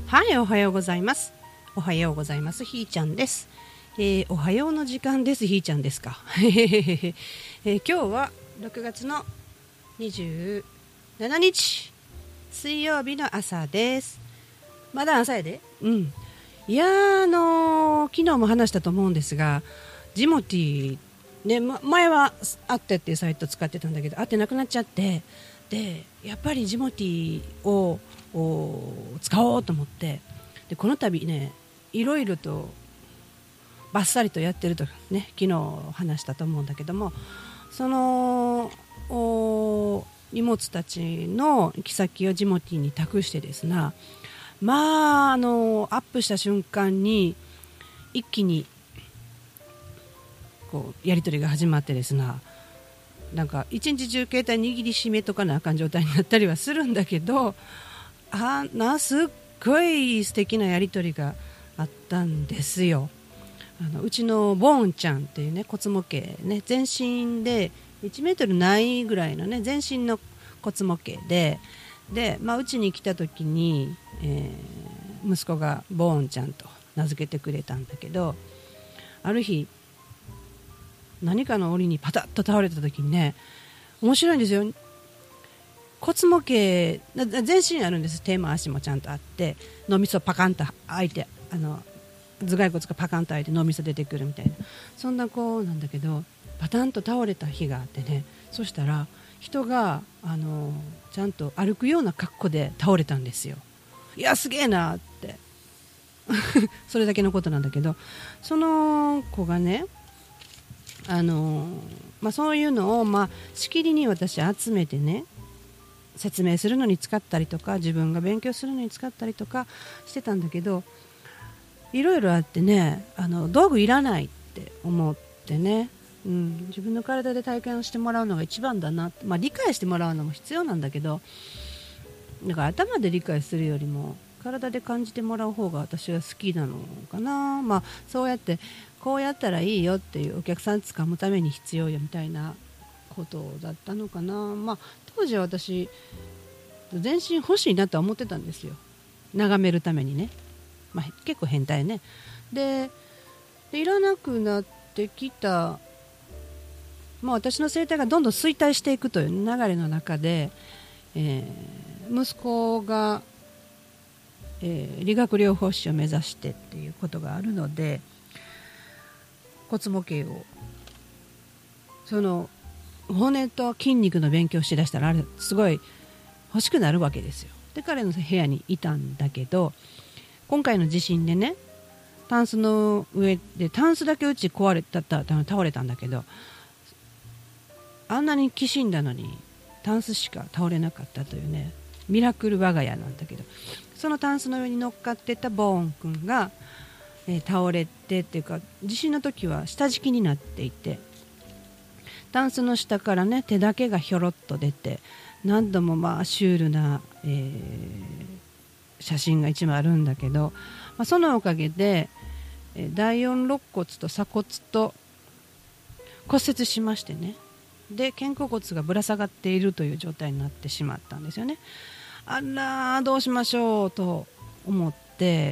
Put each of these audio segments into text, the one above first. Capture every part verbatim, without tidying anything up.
はい、おはようございます。おはようございます。ひーちゃんです。えー、おはようの時間です。ひーちゃんですか。えー、今日はろくがつのにじゅうしちにち水曜日の朝です。まだ朝やで。うん。いやー、あのー、昨日も話したと思うんですが、ジモティーね、ま、前はあってっていうサイト使ってたんだけど、あってなくなっちゃって、でやっぱりジモティーを使おうと思って、でこの度ね、いろいろとバッサリとやってるとね、昨日話したと思うんだけども、その荷物たちの行き先をジモティーに託してですね、まああのアップした瞬間に一気にこうやり取りが始まってですね、なんか一日中携帯握りしめとかなあかん状態になったりはするんだけど、あなすっごい素敵なやり取りがあったんですよ。あのうちのボーンちゃんっていうね、コツモ系ね、全身でいちメートルないぐらいのね、全身のコツモ系でで、まあ、うちに来た時に、えー、息子がボーンちゃんと名付けてくれたんだけど、ある日何かの折にパタッと倒れた時にね、面白いんですよ。骨模型全身あるんです。手も足もちゃんとあって、脳みそパカンと開いて、あの頭蓋骨がパカンと開いて脳みそ出てくるみたいな、そんな子なんだけど、パタンと倒れた日があってね、そしたら人があのちゃんと歩くような格好で倒れたんですよ。いやすげえなってそれだけのことなんだけど、その子がね、あのまあ、そういうのを、まあ、しきりに私集めてね、説明するのに使ったりとか、自分が勉強するのに使ったりとかしてたんだけど、いろいろあってね、あの道具いらないって思ってね、うん、自分の体で体験してもらうのが一番だなって、まあ、理解してもらうのも必要なんだけど、だから頭で理解するよりも体で感じてもらう方が私は好きなのかな。まあ、そうやってこうやったらいいよっていう、お客さんつかむために必要よみたいなことだったのかな。まあ、当時は私全身欲しいなとは思ってたんですよ、眺めるためにね。まあ、結構変態ね。で、でいらなくなってきた、まあ、私の生態がどんどん衰退していくという流れの中で、えー、息子が、えー、理学療法士を目指してっていうことがあるので、骨模型をその骨と筋肉の勉強しだしたら、あれすごい欲しくなるわけですよ。で彼の部屋にいたんだけど、今回の地震でね、タンスの上でタンスだけうち壊れたた倒れたんだけど、あんなにきしんだのにタンスしか倒れなかったというね、ミラクル我が家なんだけど、そのタンスの上に乗っかってたボーン君が、えー、倒れてっていうか、地震の時は下敷きになっていて、タンスの下からね手だけがひょろっと出て、何度もまあシュールな、えー、写真が一枚あるんだけど、まあ、そのおかげで、えー、第四肋骨と鎖骨と骨折しましてね、で肩甲骨がぶら下がっているという状態になってしまったんですよね。あらどうしましょうと思って、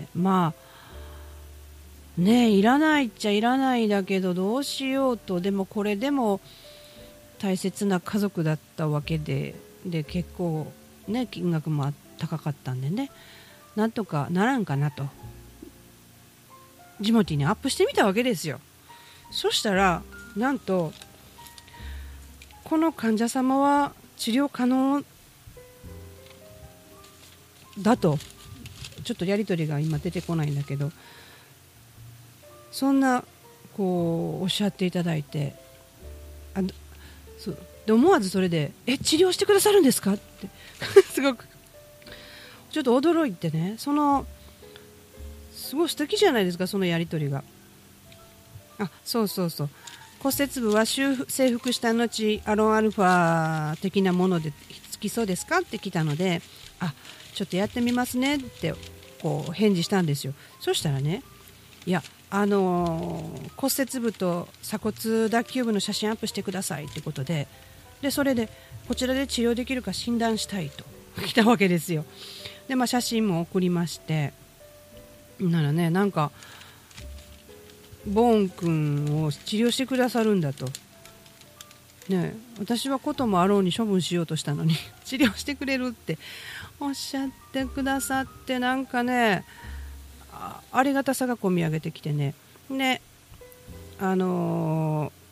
まあね、いらないっちゃいらないだけどどうしようと。でもこれでも大切な家族だったわけで、で結構ね金額も高かったんでね、なんとかならんかなとジモティにアップしてみたわけですよ。そしたらなんと、この患者様は治療可能だと、ちょっとやり取りが今出てこないんだけど、そんなこうおっしゃっていただいて、あそうで思わずそれでえ治療してくださるんですかってすごくちょっと驚いてね、そのすごい素敵じゃないですか、そのやり取りが。あそうそうそう、骨折部は修正復した後アロンアルファ的なものでつきそうですかって来たので、あちょっとやってみますねってこう返事したんですよ。そしたらね、いやあのー、骨折部と鎖骨脱臼部の写真アップしてくださいってことで、でそれでこちらで治療できるか診断したいと来たわけですよ。で、まあ、写真も送りまして、 ならね、なんかボーン君を治療してくださるんだと、ね、私はこともあろうに処分しようとしたのに治療してくれるっておっしゃってくださって、なんかね あ, ありがたさがこみ上げてきてね、ね、あのー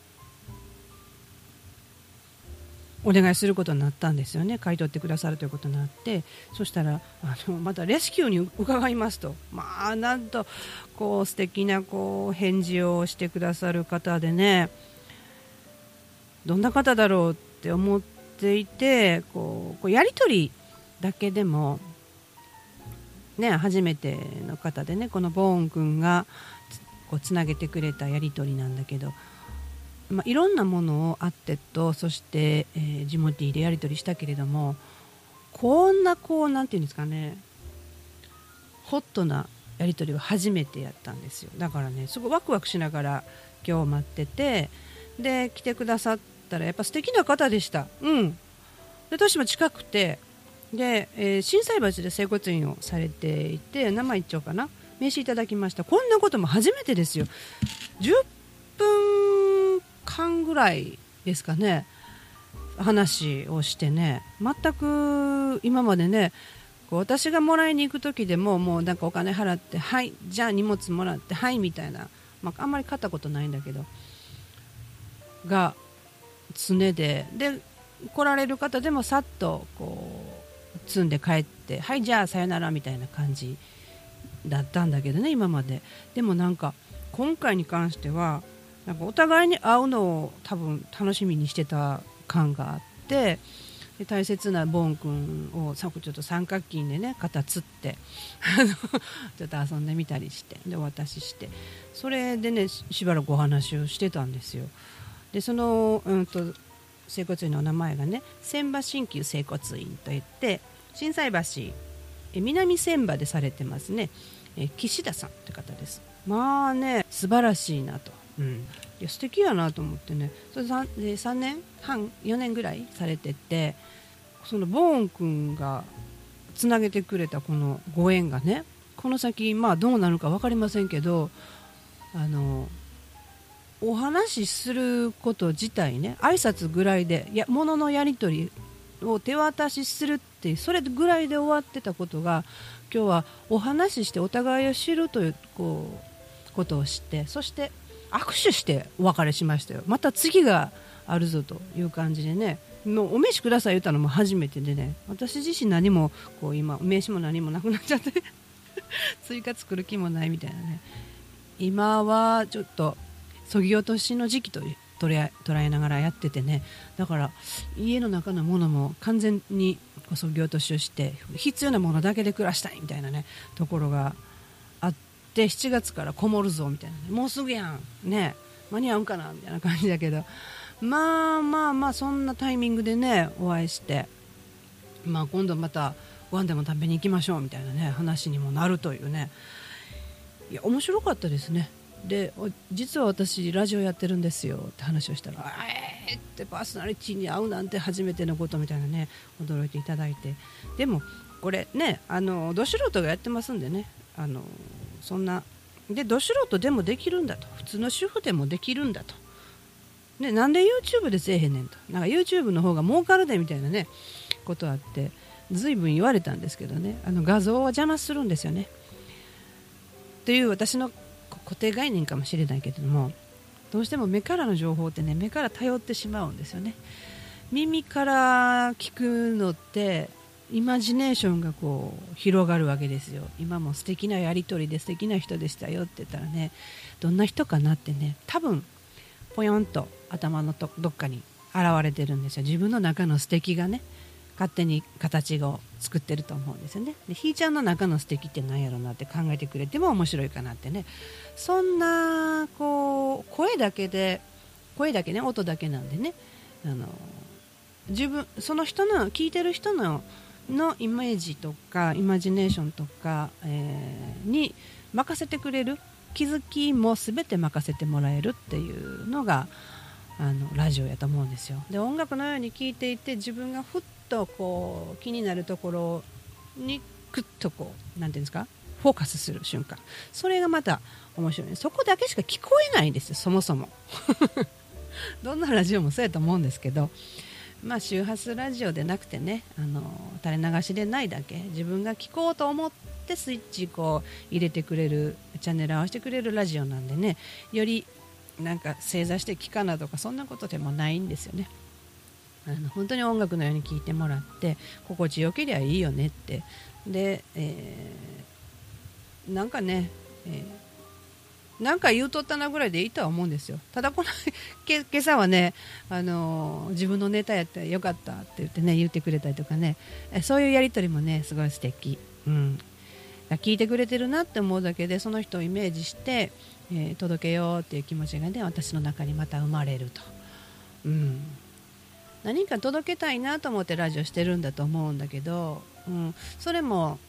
お願いすることになったんですよね。買い取ってくださるということになって、そしたらあのまたレスキューに伺いますと、まあなんとこう素敵なこう返事をしてくださる方でね、どんな方だろうって思っていて、こうこうやり取りだけでもね、初めての方でね、このボーン君がこうつなげてくれたやり取りなんだけど、まあ、いろんなものをアッテとそして、えー、ジモティーでやり取りしたけれども、こんなこうなんていうんですかね、ホットなやり取りを初めてやったんですよ。だからね、すごいワクワクしながら今日待ってて、で来てくださったらやっぱ素敵な方でした。うんで私も近くて、で、えー、心斎橋で整骨院をされていて、名前一丁かな、名刺いただきました。こんなことも初めてですよ。じゅっぷんかんぐらいですかね、話をしてね、全く今までね、こう私がもらいに行く時でももうなんかお金払って、はいじゃあ荷物もらってはいみたいな、まあ、あんまり買ったことないんだけどが常で、で来られる方でもさっとこう積んで帰って、はいじゃあさよならみたいな感じだったんだけどね、今まで。でもなんか今回に関してはなんかお互いに会うのを多分楽しみにしてた感があって、で大切なボーン君をさちょっと三角筋でね肩つってちょっと遊んでみたりして、でお渡しして、それでねしばらくお話をしてたんですよ。でその、うん、と整骨院の名前がね千葉鍼灸整骨院といって、心斎橋え南千葉でされてますね、え岸田さんって方です。まあね素晴らしいなと、うん、いや素敵やなと思ってね、それ 3, さんねんはんよねんぐらいされてて、そのボーン君がつなげてくれたこのご縁がね、この先まあどうなるか分かりませんけど、あのお話しすること自体ね、挨拶ぐらいで、いや物のやり取りを手渡しするってそれぐらいで終わってたことが、今日はお話ししてお互いを知るという、こうことを知って、そして握手してお別れしましたよ。また次があるぞという感じでね、もうお名刺ください言ったのも初めてでね、私自身何もこう今名刺も何もなくなっちゃって追加作る気もないみたいなね、今はちょっとそぎ落としの時期と捉え、捉えながらやっててね、だから家の中のものも完全にそぎ落としをして必要なものだけで暮らしたいみたいなねところがあって、しちがつからこもるぞみたいな、ね、もうすぐやんね、間に合うんかなみたいな感じだけど、まあまあまあそんなタイミングでねお会いして、まあ今度またご飯でも食べに行きましょうみたいなね話にもなるというね、いや面白かったですね。で実は私ラジオやってるんですよって話をしたら、えーってパーソナリティに会うなんて初めてのことみたいなね驚いていただいて、でもこれねあのど素人がやってますんでね、あのそんなでど素人でもできるんだと、普通の主婦でもできるんだと、ね、なんで YouTube でせえへんねんと、なんか YouTube の方が儲かるでみたいなねことあって、随分言われたんですけどね、あの画像は邪魔するんですよねっていう私の固定概念かもしれないけれども、どうしても目からの情報ってね目から頼ってしまうんですよね。耳から聞くのってイマジネーションがこう広がるわけですよ。今も素敵なやり取りで素敵な人でしたよって言ったらね、どんな人かなってね多分ポヨンと頭のとどっかに現れてるんですよ。自分の中の素敵がね勝手に形を作ってると思うんですよね。でひーちゃんの中の素敵って何やろうなって考えてくれても面白いかなってね、そんなこう声だけで声だけね音だけなんでね、あの自分その人の聞いてる人ののイメージとかイマジネーションとか、えー、に任せてくれる、気づきも全て任せてもらえるっていうのがあのラジオやと思うんですよ。で音楽のように聴いていて自分がふっとこう気になるところにクッとこうなんていうんですかフォーカスする瞬間、それがまた面白い、ね、そこだけしか聞こえないんですよ、そもそもどんなラジオもそうやと思うんですけど、まあ、周波数ラジオでなくてね、あの垂れ流しでないだけ、自分が聞こうと思ってスイッチこう入れてくれる、チャンネル合わせてくれるラジオなんでね、よりなんか正座して聞かなとかそんなことでもないんですよね。あの本当に音楽のように聴いてもらって心地よけりゃいいよねって。で、えー、なんかね、えー、なんか言うとったなぐらいでいいとは思うんですよ。ただこの今朝はね、あのー、自分のネタやったらよかったって言ってね言ってくれたりとかね、えそういうやり取りもねすごい素敵、うん、聞いてくれてるなって思うだけでその人をイメージして、えー、届けようっていう気持ちがね私の中にまた生まれると、うん、何か届けたいなと思ってラジオしてるんだと思うんだけど、うん、それも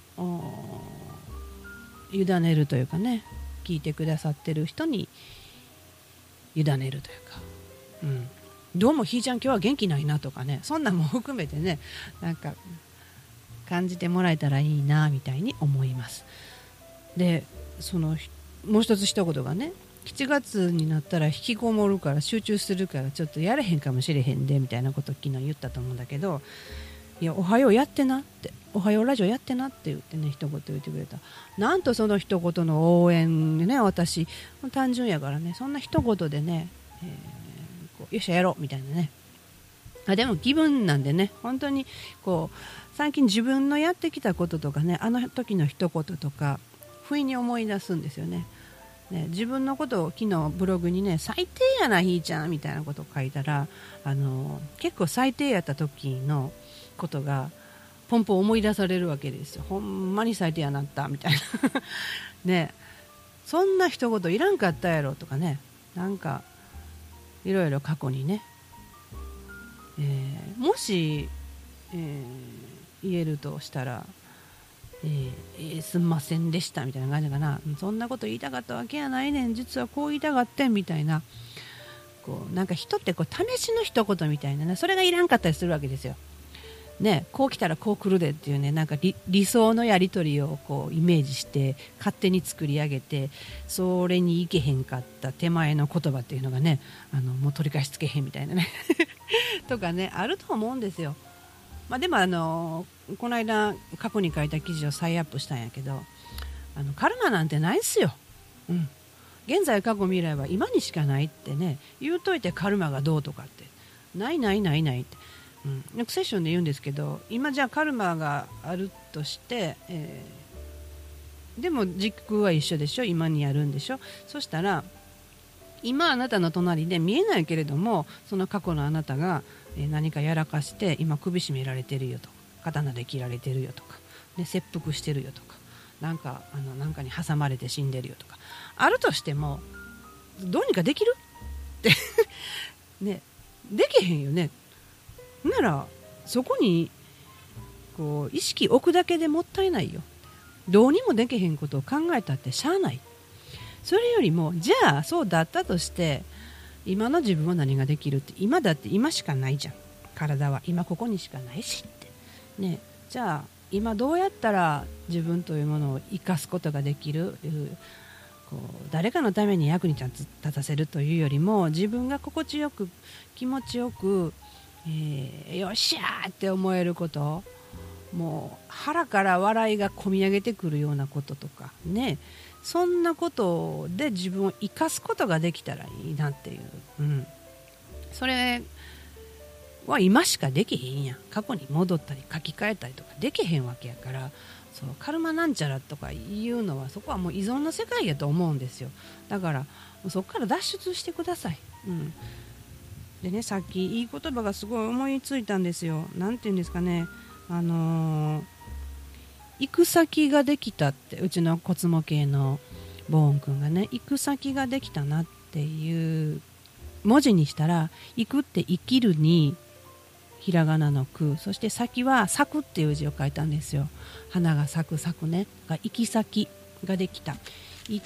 委ねるというかね、聞いてくださってる人に委ねるというか、うん、どうもひーちゃん今日は元気ないなとかね、そんなんも含めてねなんか感じてもらえたらいいなみたいに思います。でそのもう一つ一言がね、しちがつになったら引きこもるから集中するからちょっとやれへんかもしれへんでみたいなことを昨日言ったと思うんだけど、いやおはようやってなって、おはようラジオやってなって言ってね一言言ってくれた。なんとその一言の応援でね、私単純やからね、そんな一言でね、えー、こうよっしゃやろうみたいなね、あでも気分なんでね、本当にこう最近自分のやってきたこととかね、あの時の一言とか不意に思い出すんですよね。ね、自分のことを昨日ブログにね、最低やなひーちゃんみたいなことを書いたら、あの結構最低やった時のことがポンポン思い出されるわけですよ。ほんまに最低やなったみたいなね、そんな一言いらんかったやろとかね、なんかいろいろ過去にね、えー、もし、えー、言えるとしたら、えーえー、すんませんでしたみたいな感じかな。そんなこと言いたかったわけやないねん、実はこう言いたがってんみたいな、こうなんか人ってこう試しの一言みたいなね、それがいらんかったりするわけですよ。ね、こう来たらこう来るでっていうね、なんか 理, 理想のやり取りをこうイメージして勝手に作り上げて、それにいけへんかった手前の言葉っていうのがね、あのもう取り返しつけへんみたいなねとかねあると思うんですよ。まあ、でもあのこの間過去に書いた記事を再アップしたんやけど、あのカルマなんてないっすよ、うん、現在過去未来は今にしかないってね言うといて、カルマがどうとかってないないないないって、うん、セッションで言うんですけど、今じゃあカルマがあるとして、えー、でも時空は一緒でしょ、今にあるんでしょ。そしたら今あなたの隣で見えないけれども、その過去のあなたが何かやらかして今首絞められてるよとか、刀で切られてるよとか、ね、切腹してるよとか、なんかあのなんかに挟まれて死んでるよとかあるとしても、どうにかできるってね、できへんよね。ならそこにこう意識置くだけでもったいないよ。どうにもできへんことを考えたってしゃあない。それよりも、じゃあそうだったとして今の自分は何ができるって、今だって今しかないじゃん、体は今ここにしかないしってね。じゃあ今どうやったら自分というものを生かすことができる、こう誰かのために役に立たせるというよりも、自分が心地よく気持ちよく、えー、よっしゃーって思えること、もう腹から笑いがこみ上げてくるようなこととかね、そんなことで自分を生かすことができたらいいなっていう、うん、それは今しかできへんやん。過去に戻ったり書き換えたりとかできへんわけやから、そうカルマなんちゃらとかいうのは、そこはもう依存の世界やと思うんですよ。だからそこから脱出してください、うん、でね、さっきいい言葉がすごい思いついたんですよ。なんていうんですかね、あのー、行く先ができたって、うちのコツモ系のボーン君がね、行く先ができたなっていう文字にしたら、行くって生きるにひらがなのく、そして先は咲くっていう字を書いたんですよ。花が咲く咲くねが行き先ができた、行って、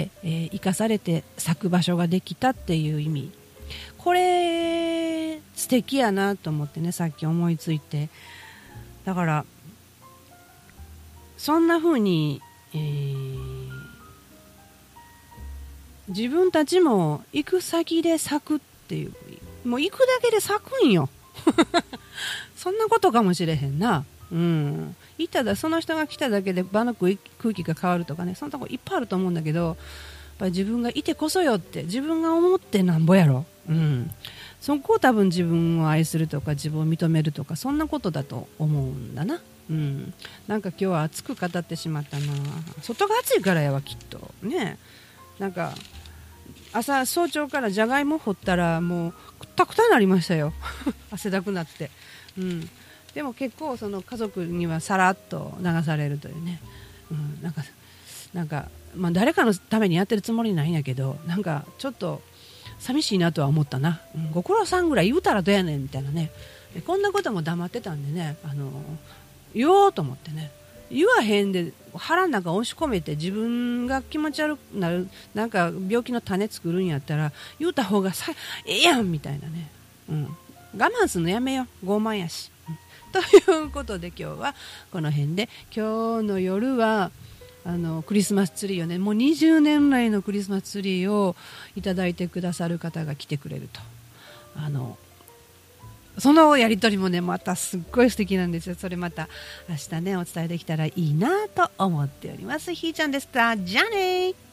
えー、生かされて咲く場所ができたっていう意味。これ素敵やなと思ってね、さっき思いついて、だからそんな風にえー、自分たちも行く先で咲くっていう、もう行くだけで咲くんよそんなことかもしれへんな。うん、行っただその人が来ただけで場の空気が変わるとかね、そんなとこいっぱいあると思うんだけど、やっぱり自分がいてこそよって自分が思ってなんぼやろ、うん、そこを多分自分を愛するとか自分を認めるとか、そんなことだと思うんだな。うん、なんか今日は熱く語ってしまったな。外が暑いからやわきっとね。なんか朝早朝からじゃがいも掘ったらもうくったくたになりましたよ汗だくなって、うん、でも結構その家族にはさらっと流されるというね、うん、なんかなんか、まあ、誰かのためにやってるつもりないんやけど、なんかちょっと寂しいなとは思ったな、うん、ご苦労さんぐらい言うたらどうやねんみたいなね。こんなことも黙ってたんでね、あの言おうと思ってね、言わへんで腹の中押し込めて自分が気持ち悪くなる、なんか病気の種作るんやったら言うた方がさええやんみたいなね、うん、我慢するのやめよう、傲慢やし、うん、ということで今日はこの辺で、今日の夜はあのクリスマスツリーをね、もうにじゅうねん来のクリスマスツリーをいただいてくださる方が来てくれると、あのそのやり取りもねまたすっごい素敵なんですよ。それまた明日ねお伝えできたらいいなと思っております。ひーちゃんでした。じゃあねー。